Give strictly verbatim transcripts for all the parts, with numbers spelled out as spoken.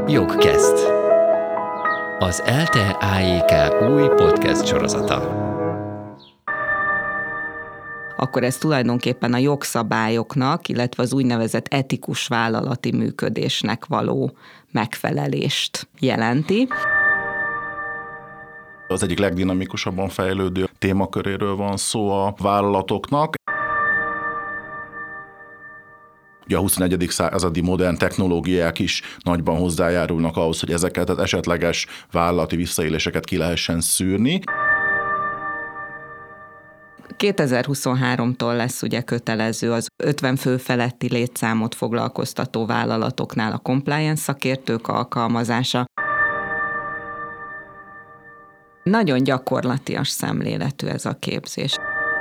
Jogcast, az ELTE á jé ká új podcast sorozata. Akkor ez tulajdonképpen a jogszabályoknak, illetve az úgynevezett etikus vállalati működésnek való megfelelést jelenti. Az egyik legdinamikusabban fejlődő témaköréről van szó a vállalatoknak. Ugye a huszonegyedik századi modern technológiák is nagyban hozzájárulnak ahhoz, hogy ezeket az esetleges vállalati visszaéléseket ki lehessen szűrni. kétezer-huszonháromtól lesz ugye kötelező az ötven fő feletti létszámot foglalkoztató vállalatoknál a compliance szakértők alkalmazása. Nagyon gyakorlatias szemléletű ez a képzés.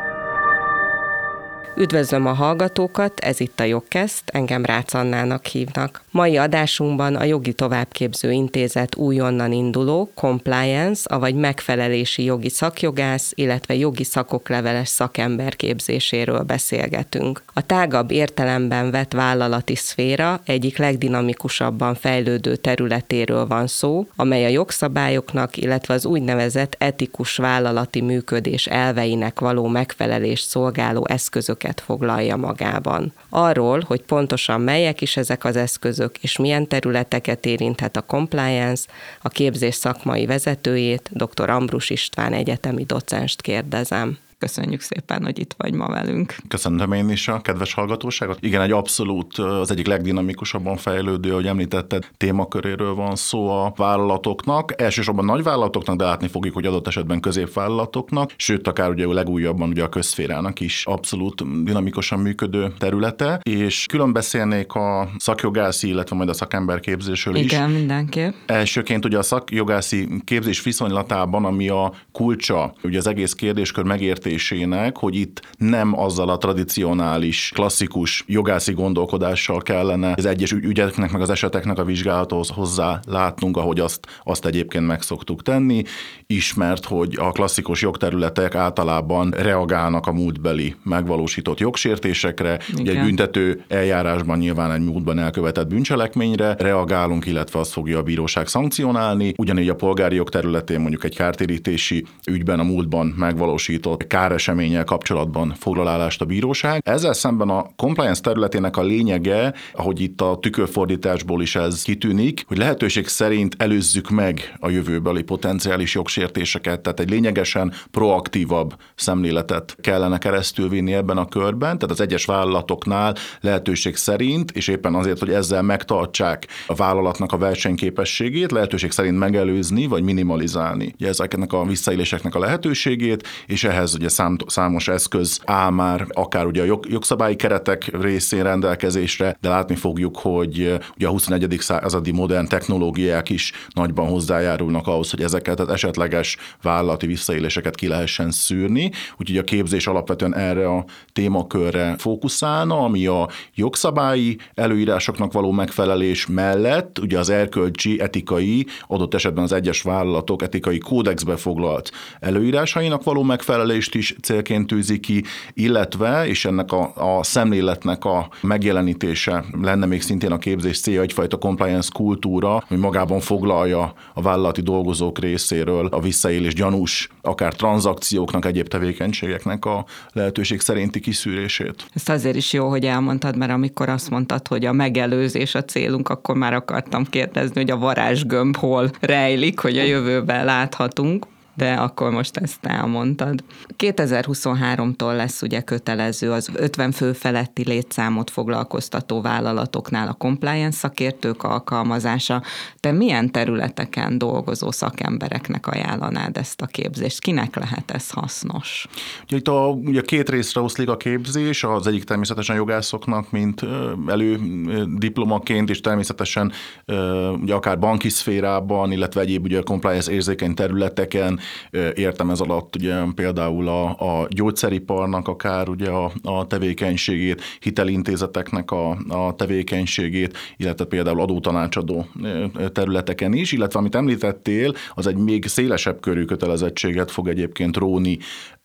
Üdvözlöm a hallgatókat, ez itt a Jogcast, engem Rácz Annának hívnak. Mai adásunkban a Jogi Továbbképző Intézet újonnan induló compliance, avagy megfelelési jogi szakjogász, illetve jogi szakokleveles szakember képzéséről beszélgetünk. A tágabb értelemben vett vállalati szféra egyik legdinamikusabban fejlődő területéről van szó, amely a jogszabályoknak, illetve az úgynevezett etikus vállalati működés elveinek való megfelelést szolgáló eszközöket foglalja magában. Arról, hogy pontosan melyek is ezek az eszközök, és milyen területeket érinthet a compliance, a képzés szakmai vezetőjét, dr. Ambrus István egyetemi docenst kérdezem. Köszönjük szépen, hogy itt vagy ma velünk. Köszönöm én is a kedves hallgatóságot. Igen, egy abszolút az egyik legdinamikusabban fejlődő, ahogy említetted, témaköréről van szó a vállalatoknak. Elsősorban nagyvállalatoknak, de látni fogjuk, hogy adott esetben középvállalatoknak, sőt, akár ugye legújabban ugye a közszférának is abszolút dinamikusan működő területe. És külön beszélnék a szakjogászi, illetve majd a szakemberképzésről is. Igen, mindenképp. Elsőként ugye a szakjogászi képzés viszonylatában, ami a kulcsa, ugye az egész kérdéskör megértésének, hogy itt nem azzal a tradicionális, klasszikus jogászi gondolkodással kellene az egyes ügyeknek, meg az eseteknek a vizsgálatóhoz hozzá látnunk, ahogy azt, azt egyébként meg szoktuk tenni. Ismert, hogy a klasszikus jogterületek általában reagálnak a múltbeli megvalósított jogsértésekre. Igen. Ugye egy büntető eljárásban nyilván egy múltban elkövetett bűncselekményre reagálunk, illetve azt fogja a bíróság szankcionálni. Ugyanígy a polgári jog területén mondjuk egy kártérítési ügyben a múltban megvalósított káreseménnyel kapcsolatban foglalást a bíróság. Ezzel szemben a compliance területének a lényege, ahogy itt a tükörfordításból is ez kitűnik, hogy lehetőség szerint előzzük meg a jövőbeli potenciális jogsértéseket, tehát egy lényegesen proaktívabb szemléletet kellene keresztülvinni ebben a körben, tehát az egyes vállalatoknál lehetőség szerint, és éppen azért, hogy ezzel megtartsák a vállalatnak a versenyképességét, lehetőség szerint megelőzni, vagy minimalizálni ugye ezeknek a visszaéléseknek a lehetőségét, és ehhez ugye szám, számos eszköz áll már akár ugye a jog, jogszabályi keretek részén rendelkezésre, de látni fogjuk, hogy ugye a huszonegyedik századi modern technológiák is nagyban hozzájárulnak ahhoz, hogy ezeket az esetleges vállalati visszaéléseket ki lehessen szűrni. Úgyhogy a képzés alapvetően erre a témakörre fókuszálna, ami a jogszabályi előírásoknak való megfelelés mellett ugye az erkölcsi, etikai, adott esetben az egyes vállalatok etikai kódexbe foglalt előírásainak való megfelelést is célként tűzi ki, illetve, és ennek a, a szemléletnek a megjelenítése lenne még szintén a képzés célja, egyfajta compliance kultúra, ami magában foglalja a vállalati dolgozók részéről a visszaélés gyanús, akár tranzakcióknak, egyéb tevékenységeknek a lehetőség szerinti kiszűrését. Ezt azért is jó, hogy elmondtad, mert amikor azt mondtad, hogy a megelőzés a célunk, akkor már akartam kérdezni, hogy a varázsgömb hol rejlik, hogy a jövőben láthatunk. De akkor most ezt elmondtad. kétezer-huszonháromtól lesz ugye kötelező az ötven fő feletti létszámot foglalkoztató vállalatoknál a compliance szakértők alkalmazása. Te milyen területeken dolgozó szakembereknek ajánlanád ezt a képzést? Kinek lehet ez hasznos? Ugye itt a, ugye két részre oszlik a képzés, az egyik természetesen jogászoknak, mint elődiplomaként, és természetesen ugye akár banki szférában, illetve egyéb ugye compliance érzékeny területeken. Értem ez alatt ugye például a, a gyógyszeriparnak akár ugye a, a tevékenységét, hitelintézeteknek a, a tevékenységét, illetve például adótanácsadó területeken is, illetve amit említettél, az egy még szélesebb körű kötelezettséget fog egyébként róni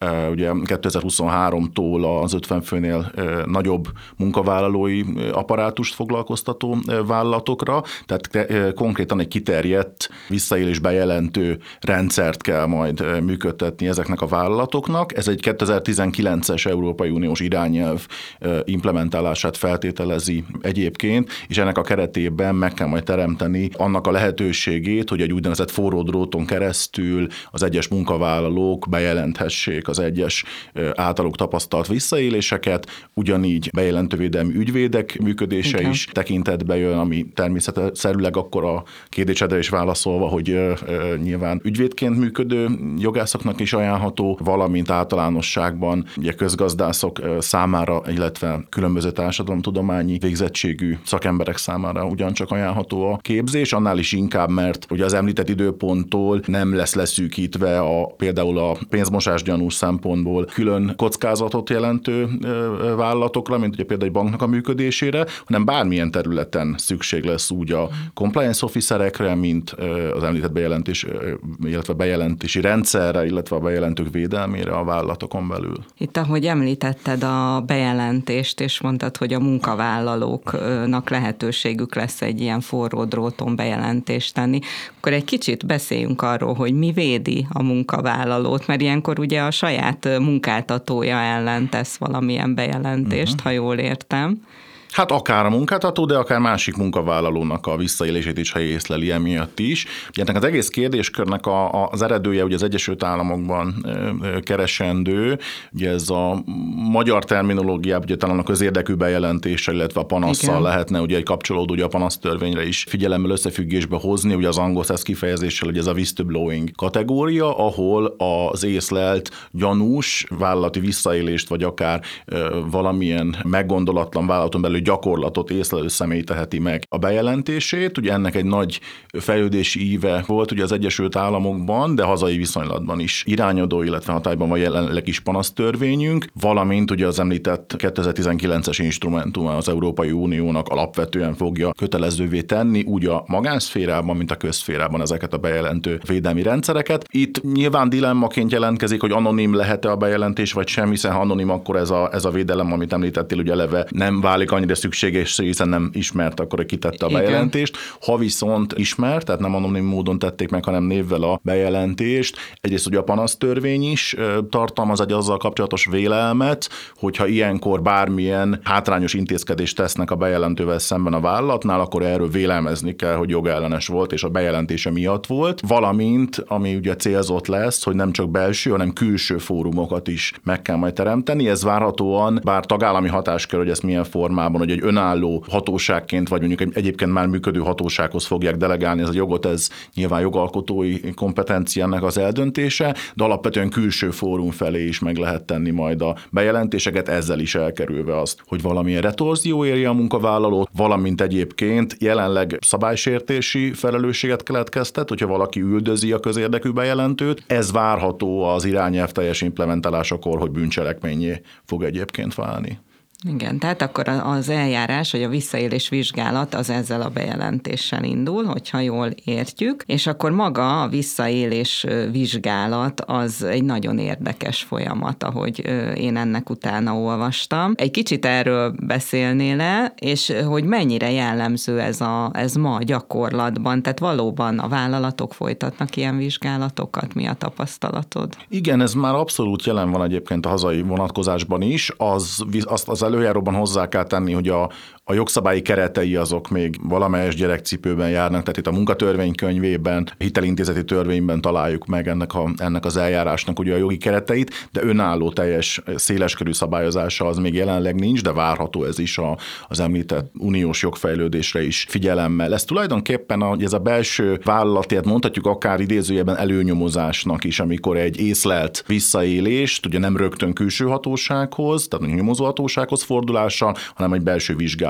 ugye kétezer-huszonháromtól az ötven főnél nagyobb munkavállalói apparátust foglalkoztató vállalatokra, tehát konkrétan egy kiterjedt visszaélés bejelentő rendszert kell majd működtetni ezeknek a vállalatoknak. Ez egy kétezer-tizenkilences Európai Uniós irányelv implementálását feltételezi egyébként, és ennek a keretében meg kell majd teremteni annak a lehetőségét, hogy egy úgynevezett forró dróton keresztül az egyes munkavállalók bejelenthessék az egyes általuk tapasztalt visszaéléseket, ugyanígy bejelentővédelmi ügyvédek működése Igen. is tekintetbe jön, ami természetszerűleg akkor a kérdésedre is válaszolva, hogy ö, ö, nyilván ügyvédként működő jogászoknak is ajánlható, valamint általánosságban ugye közgazdászok számára, illetve különböző társadalomtudományi végzettségű szakemberek számára ugyancsak ajánlható a képzés, annál is inkább, mert ugye az említett időponttól nem lesz leszűkítve a, például a pénzmosás gyanús szempontból külön kockázatot jelentő vállalatokra, mint ugye például egy banknak a működésére, hanem bármilyen területen szükség lesz úgy a compliance officerekre, mint az említett bejelentés, illetve bejelentési rendszerre, illetve a bejelentők védelmére a vállalatokon belül. Itt, ahogy említetted a bejelentést, és mondtad, hogy a munkavállalóknak lehetőségük lesz egy ilyen forró dróton bejelentést tenni, akkor egy kicsit beszéljünk arról, hogy mi védi a munkavállalót, mert ilyenkor ugye a saját munkáltatója ellen tesz valamilyen bejelentést, uh-huh. ha jól értem. Hát akár a munkáltató, de akár másik munkavállalónak a visszaélését is, ha észleli emiatt is. Ugye ennek az egész kérdéskörnek a, a, az eredője ugye az Egyesült Államokban ö, keresendő, ugye ez a magyar terminológiában ugye talán a közérdekű bejelentéssel, illetve a panasszal Igen. lehetne ugye egy kapcsolódó ugye a panasztörvényre is figyelemmel összefüggésbe hozni, ugye az angol száz kifejezéssel, ugye ez a whistleblowing kategória, ahol az észlelt gyanús vállalati visszaélést, vagy akár ö, valamilyen meggondolatlan vállalaton belül gyakorlatot észlelő személy teheti meg a bejelentését. Ugye ennek egy nagy fejlődési íve volt ugye az Egyesült Államokban, de hazai viszonylatban is irányadó, illetve hatályban van jelenleg is panasztörvényünk, valamint ugye az említett kétezer-tizenkilences instrumentum az Európai Uniónak alapvetően fogja kötelezővé tenni úgy a magánszférában, mint a közszférában ezeket a bejelentő védelmi rendszereket. Itt nyilván dilemmaként jelentkezik, hogy anonim lehet-e a bejelentés, vagy sem, hiszen ha anonim, akkor ez a, ez a védelem, amit említettél, ugye eleve nem válik annyira szükséges, hiszen nem ismert, akkor kitette a bejelentést. Ha viszont ismert, tehát nem anonim módon tették meg, hanem névvel a bejelentést, egyrészt ugye a panasztörvény is tartalmaz egy azzal kapcsolatos vélelmet, hogyha ilyenkor bármilyen hátrányos intézkedést tesznek a bejelentővel szemben a vállalatnál, akkor erről vélelmezni kell, hogy jogellenes volt, és a bejelentése miatt volt, valamint, ami ugye célzott lesz, hogy nem csak belső, hanem külső fórumokat is meg kell majd teremteni. Ez várhatóan, bár tagállami hatáskör, hogy ezt milyen formában, hogy egy önálló hatóságként, vagy mondjuk egy egyébként már működő hatósághoz fogják delegálni ez a jogot, ez nyilván jogalkotói kompetenciának az eldöntése, de alapvetően külső fórum felé is meg lehet tenni majd a bejelentéseket, ezzel is elkerülve azt, hogy valamilyen retorzió érje a munkavállalót, valamint egyébként jelenleg szabálysértési felelősséget keletkeztet, hogyha valaki üldözi a közérdekű bejelentőt, ez várható az irányelv teljes implementálásakor, hogy bűncselekménnyé fog egyébként válni. Igen, tehát akkor az eljárás, vagy a visszaélés vizsgálat az ezzel a bejelentéssel indul, hogyha jól értjük, és akkor maga a visszaélés vizsgálat az egy nagyon érdekes folyamat, ahogy én ennek utána olvastam. Egy kicsit erről beszélnél le, és hogy mennyire jellemző ez, a, ez ma gyakorlatban, tehát valóban a vállalatok folytatnak ilyen vizsgálatokat, mi a tapasztalatod? Igen, ez már abszolút jelen van egyébként a hazai vonatkozásban is, az, azt az előjáróban hozzá kell tenni, hogy a, a jogszabályi keretei azok még valamelyes gyerekcipőben járnak, tehát itt a munkatörvénykönyvében, a hitelintézeti törvényben találjuk meg ennek, a, ennek az eljárásnak ugye a jogi kereteit, de önálló teljes széleskörű szabályozása az még jelenleg nincs, de várható ez is a, az említett uniós jogfejlődésre is figyelemmel. Ez tulajdonképpen a, ez a belső vállalatért mondhatjuk akár idézőjelben előnyomozásnak is, amikor egy észlelt visszaélést, ugye nem rögtön külső hatósághoz, tehát a nyomozó hatósághoz fordulással, hanem egy belső vizsgálat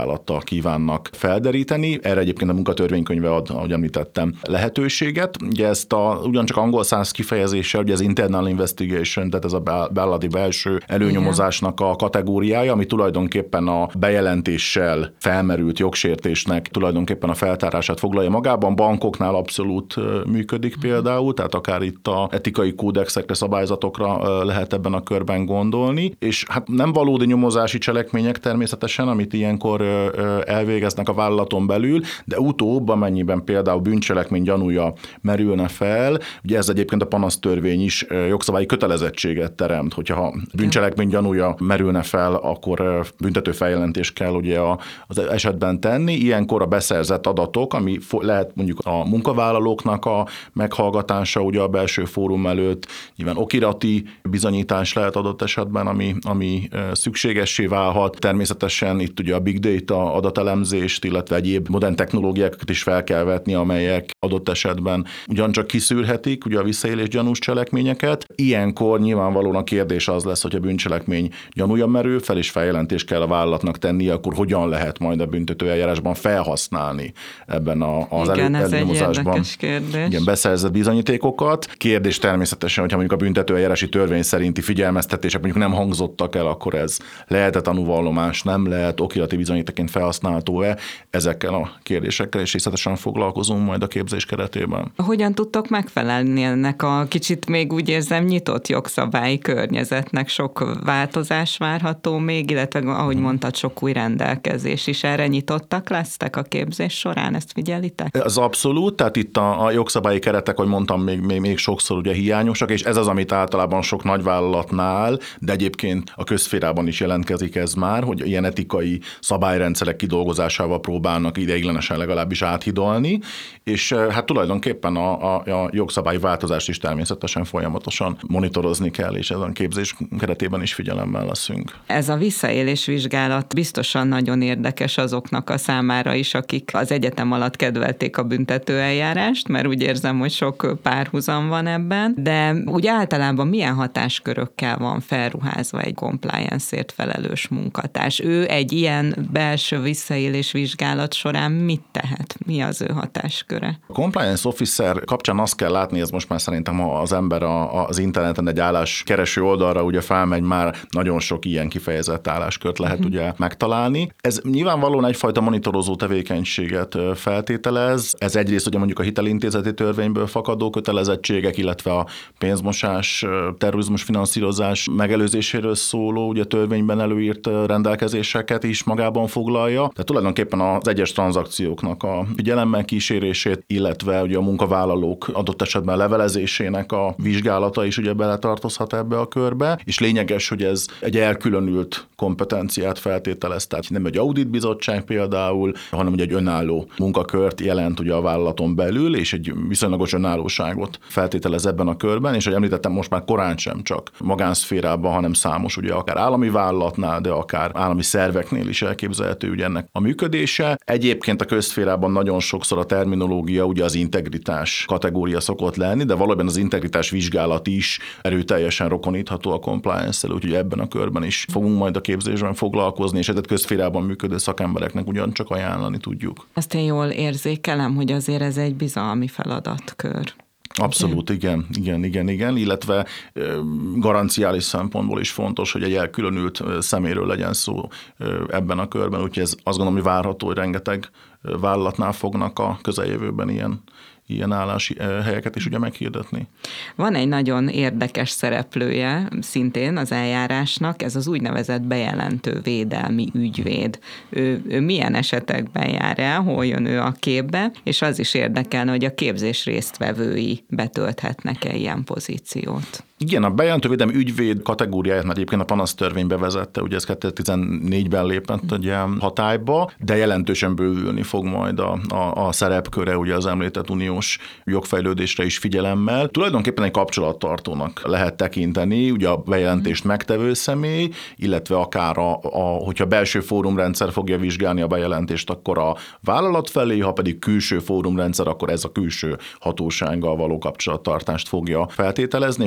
vizsgálattal kívánnak felderíteni. Erre egyébként a munkatörvénykönyve ad, ahogy említettem, lehetőséget. Ugye ezt a ugyancsak angol száz kifejezéssel, ugye az internal investigation, tehát ez a beladi belső előnyomozásnak a kategóriája, ami tulajdonképpen a bejelentéssel felmerült jogsértésnek tulajdonképpen a feltárását foglalja magában. Bankoknál abszolút működik például, tehát akár itt a etikai kódexekre, szabályzatokra lehet ebben a körben gondolni, és hát nem valódi nyomozási cselekmények természetesen, amit ilyenkor elvégeznek a vállalaton belül, de utóbb, amennyiben például bűncselekmény gyanúja merülne fel, ugye ez egyébként a panasztörvény is jogszabályi kötelezettséget teremt, hogyha bűncselekmény gyanúja merülne fel, akkor büntető feljelentést kell ugye az esetben tenni. Ilyenkor a beszerzett adatok, ami lehet mondjuk a munkavállalóknak a meghallgatása ugye a belső fórum előtt, nyilván okirati bizonyítás lehet adott esetben, ami, ami szükségessé válhat. Természetesen itt ugye a big data adatelemzést, illetve egyéb modern technológiákat is fel kell vetni, amelyek adott esetben ugyancsak kiszűrhetik ugye a visszaélés gyanús cselekményeket. Ilyenkor nyilvánvalóan a kérdés az lesz, hogy a bűncselekmény gyanúja merül fel, és feljelentést kell a vállalatnak tennie, akkor hogyan lehet majd a büntetőeljárásban felhasználni ebben a, az igen, elő, ez egy érdekes kérdés. Igen, beszerzett bizonyítékokat. Kérdés természetesen, hogyha mondjuk a büntetőeljárási törvény szerinti figyelmeztetések mondjuk nem hangzottak el, akkor ez lehet-e tanúvallomás, nem lehet, okirati bizonyítékként felhasználható-e? Ezekkel a kérdésekkel is részletesen foglalkozunk majd a képzés keretében. Hogyan tudtok megfelelni ennek a kicsit még úgy érzem nyitott jogszabályi környezetnek? Sok változás várható még, illetve ahogy mondtad, sok új rendelkezés is. Erre nyitottak lesztek a képzés során? Ezt figyelitek? Az abszolút, tehát itt a, a jogszabályi keretek, ahogy mondtam, még, még, még sokszor ugye hiányosak, és ez az, amit általában sok nagyvállalatnál, de egyébként a közszférában is jelentkezik ez már, hogy ilyen etikai szabályrendszerek kidolgozásával próbálnak ideiglenesen legalábbis áthidalni, és hát tulajdonképpen a, a, a jogszabályi változást is természetesen folyamatosan monitorozni kell, és ezen képzés keretében is figyelemmel leszünk. Ez a visszaélés vizsgálat biztosan nagyon érdekes azoknak a számára is, akik az egyetem alatt kedvelték a büntetőeljárást, mert úgy érzem, hogy sok párhuzam van ebben, de úgy általában milyen hatáskörökkel van felruházva egy compliance-ért felelős munkatárs? Ő egy ilyen belső visszaélés vizsgálat során mit tehet? Mi az ő hatásköre? A compliance officer kapcsán azt kell látni, ez most már szerintem az ember az interneten egy álláskereső oldalra ugye felmegy, már nagyon sok ilyen kifejezett álláskört lehet uh-huh. ugye megtalálni. Ez nyilvánvalóan egyfajta monitorozó tevékenységet feltételez. Ez egyrészt ugye mondjuk a hitelintézeti törvényből fakadó kötelezettségek, illetve a pénzmosás, terrorizmus finanszírozás megelőzéséről szóló ugye törvényben előírt rendelkezéseket is magában foglalja. Tehát tulajdonképpen az egyes tranzakcióknak a figyelemmel kísérését, illetve ugye a munkavállalók adott esetben levelezésének a vizsgálata is ugye beletartozhat ebbe a körbe, és lényeges, hogy ez egy elkülönült kompetenciát feltételez, tehát nem egy auditbizottság például, hanem ugye egy önálló munkakört jelent ugye a vállalaton belül, és egy viszonylagos önállóságot feltételez ebben a körben, és ahogy említettem, most már korán sem csak magánszférában, hanem számos ugye akár állami vállalatnál, de akár állami szerveknél is elképzelhető ugye ennek a működése. Egyébként a közszférában nagyon sokszor a terminológia ugye az integritás kategória szokott lenni, de valóban az integritás vizsgálat is erőteljesen rokonítható a compliance-szel, úgyhogy ebben a körben is fogunk majd a képzésben foglalkozni, és ezeket közszférában működő szakembereknek ugyancsak ajánlani tudjuk. Azt én jól érzékelem, hogy azért ez egy bizalmi feladatkör. Abszolút, igen, igen, igen, igen, illetve garanciális szempontból is fontos, hogy egy elkülönült szeméről legyen szó ebben a körben, úgyhogy ez azt gondolom, hogy várható, hogy rengeteg vállalatnál fognak a közeljövőben ilyen ilyen állási helyeket is ugye meghirdetni. Van egy nagyon érdekes szereplője szintén az eljárásnak, ez az úgynevezett bejelentő védelmi ügyvéd. Ő, ő milyen esetekben jár el, hol jön ő a képbe, és az is érdekelne, hogy a képzés résztvevői betölthetnek-e ilyen pozíciót. Igen, a bejelentővédelmi ügyvéd kategóriáját már egyébként a panasztörvény bevezette, ugye ez kétezer-tizennégyben lépett ugye hatályba, de jelentősen bővülni fog majd a, a, a szerepköre ugye az említett uniós jogfejlődésre is figyelemmel. Tulajdonképpen egy kapcsolattartónak lehet tekinteni, ugye a bejelentést megtevő személy, illetve akár a, a, hogyha belső fórumrendszer fogja vizsgálni a bejelentést, akkor a vállalat felé, ha pedig külső fórumrendszer, akkor ez a külső hatósággal való kapcsolattartást fogja feltételezni, és abszolút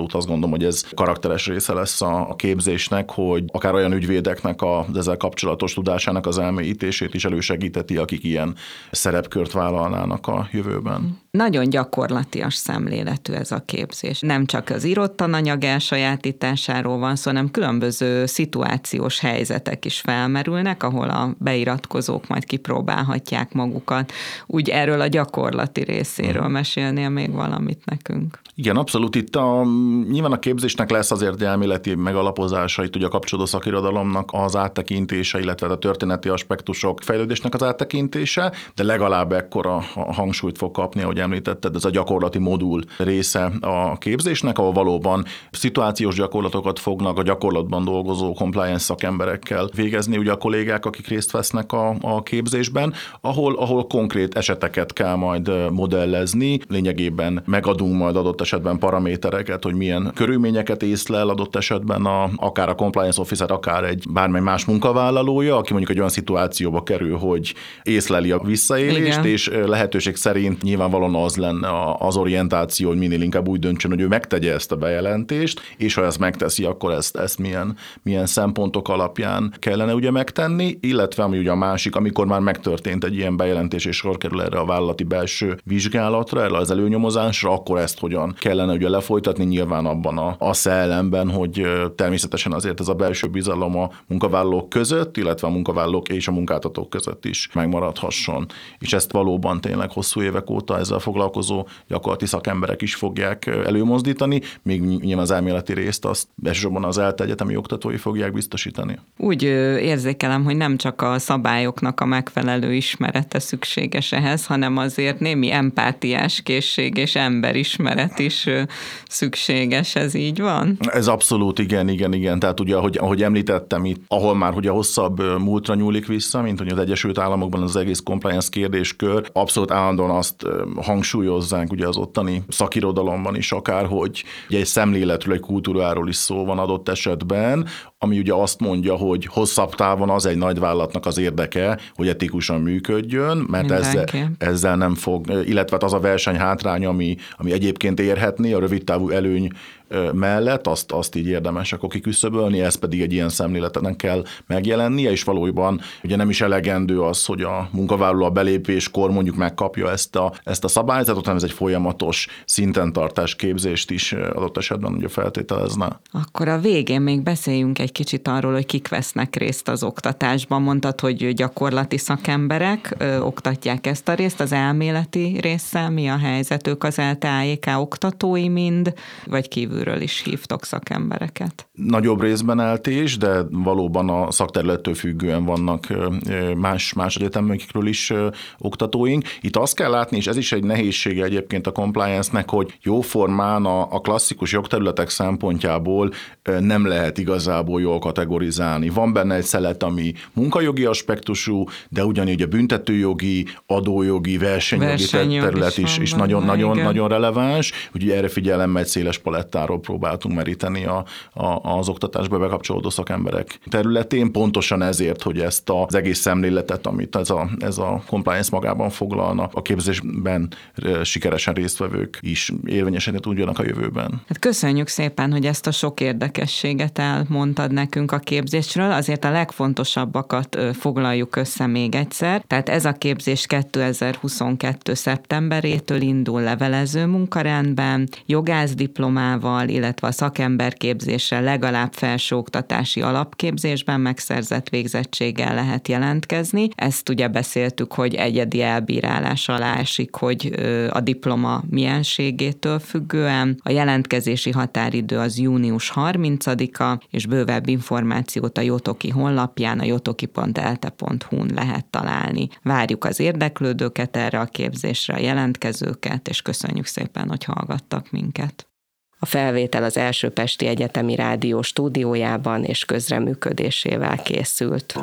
abszolút azt gondolom, hogy ez karakteres része lesz a képzésnek, hogy akár olyan ügyvédeknek az ezzel kapcsolatos tudásának az elmélyítését is elősegíteti, akik ilyen szerepkört vállalnának a jövőben. Nagyon gyakorlatias szemléletű ez a képzés. Nem csak az írott tananyag elsajátításáról van szó, hanem különböző szituációs helyzetek is felmerülnek, ahol a beiratkozók majd kipróbálhatják magukat. Úgy erről a gyakorlati részéről mesélnél még valamit nekünk? Igen, abszolút. Itt a, nyilván a képzésnek lesz azért elméleti megalapozása, itt ugye a kapcsolódó szakirodalomnak az áttekintése, illetve a történeti aspektusok fejlődésnek az áttekintése, de legalább ekkora hangsúlyt fog kapni, ahogy említetted, ez a gyakorlati modul része a képzésnek, ahol valóban szituációs gyakorlatokat fognak a gyakorlatban dolgozó compliance szakemberekkel végezni, ugye a kollégák, akik részt vesznek a, a képzésben, ahol, ahol konkrét eseteket kell majd modellezni, lényegében megadunk majd adott esetben paramétereket, hogy milyen körülményeket észlel adott esetben a, akár a compliance officer, akár egy bármely más munkavállalója, aki mondjuk egy olyan szituációba kerül, hogy észleli a visszaélést, igen, és lehetőség szerint nyilvánvalóan az lenne az orientáció, hogy minél inkább úgy döntsön, hogy ő megtegye ezt a bejelentést, és ha ezt megteszi, akkor ezt, ezt milyen, milyen szempontok alapján kellene ugye megtenni, illetve ami ugye a másik, amikor már megtörtént egy ilyen bejelentés, és sor kerül erre a vállalati belső vizsgálatra, erre az előnyomozásra, akkor ezt hogyan kellene ugye lefolytatni, nyilván abban a, a szellemben, hogy természetesen azért ez a belső bizalom a munkavállalók között, illetve a munkavállalók és a munkáltatók között is megmaradhasson. És ezt valóban tényleg hosszú évek óta ezzel foglalkozó gyakorlati szakemberek is fogják előmozdítani, még nyilván az elméleti részt azt elsősorban az ELTE egyetemi oktatói fogják biztosítani. Úgy érzékelem, hogy nem csak a szabályoknak a megfelelő ismerete szükséges ehhez, hanem azért némi empátiás készség és emberismeret is szükséges, ez így van? Ez abszolút igen, igen, igen. Tehát ugye, ahogy, ahogy említettem itt, ahol már ugye hosszabb múltra nyúlik vissza, mint hogy az Egyesült Államokban az egész compliance kérdéskör, abszolút állandóan azt hangsúlyozzánk ugye az ottani szakirodalomban is akár, hogy egy szemléletről, egy kultúráról is szó van adott esetben, ami ugye azt mondja, hogy hosszabb távon az egy nagyvállalatnak az érdeke, hogy etikusan működjön, mert ezzel, ezzel nem fog, illetve az a versenyhátrány, ami, ami egyébként érhetné a rövidtávú előny mellett, azt, azt így érdemes akkor kiküszöbölni, ez pedig egy ilyen szemléletnek kell megjelennie, és valójában ugye nem is elegendő az, hogy a munkavállaló a belépéskor mondjuk megkapja ezt a, ezt a szabályzatot, hanem ez egy folyamatos szinten tartás képzést is adott esetben ugye feltételezne. Akkor a végén még beszéljünk egy kicsit arról, hogy kik vesznek részt az oktatásban. Mondtad, hogy gyakorlati szakemberek ö, oktatják ezt a részt, az elméleti résszel mi a helyzet? Ők az ELTE á jé ká oktatói mind, vagy kívül ről is hívtok szakembereket? Nagyobb részben eltés, de valóban a szakterülettől függően vannak más, más egyetemekről is oktatóink. Itt azt kell látni, és ez is egy nehézsége egyébként a compliance-nek, hogy jóformán a, a klasszikus jogterületek szempontjából nem lehet igazából jól kategorizálni. Van benne egy szelet, ami munkajogi aspektusú, de ugyanígy a büntetőjogi, adójogi, versenyjogi, versenyjogi terület is, is nagyon, nagyon, nagyon releváns, úgyhogy erre figyelemmel egy széles palettáról próbáltunk meríteni a, a, az oktatásba bekapcsolódó szakemberek területén, pontosan ezért, hogy ezt az egész szemléletet, amit ez a, ez a compliance magában foglalna, a képzésben sikeresen résztvevők is érvényesíteni tudjanak a jövőben. Hát köszönjük szépen, hogy ezt a sok érdekességet elmondtad nekünk a képzésről, azért a legfontosabbakat foglaljuk össze még egyszer. Tehát ez a képzés kétezer-huszonkettő szeptemberétől indul levelező munkarendben, jogászdiplomával, illetve a szakemberképzésre legalább felsőoktatási alapképzésben megszerzett végzettséggel lehet jelentkezni. Ezt ugye beszéltük, hogy egyedi elbírálás alá esik, hogy a diploma mienségétől függően. A jelentkezési határidő az június harmincadika, és bővebb információt a Jotoki honlapján, a jotoki pont elte pont hu-n lehet találni. Várjuk az érdeklődőket erre a képzésre, a jelentkezőket, és köszönjük szépen, hogy hallgattak minket. A felvétel az Első Pesti Egyetemi Rádió stúdiójában és közreműködésével készült.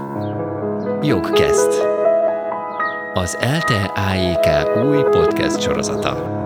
Jogkezd. Az ELTE á jé ká új podcast sorozata.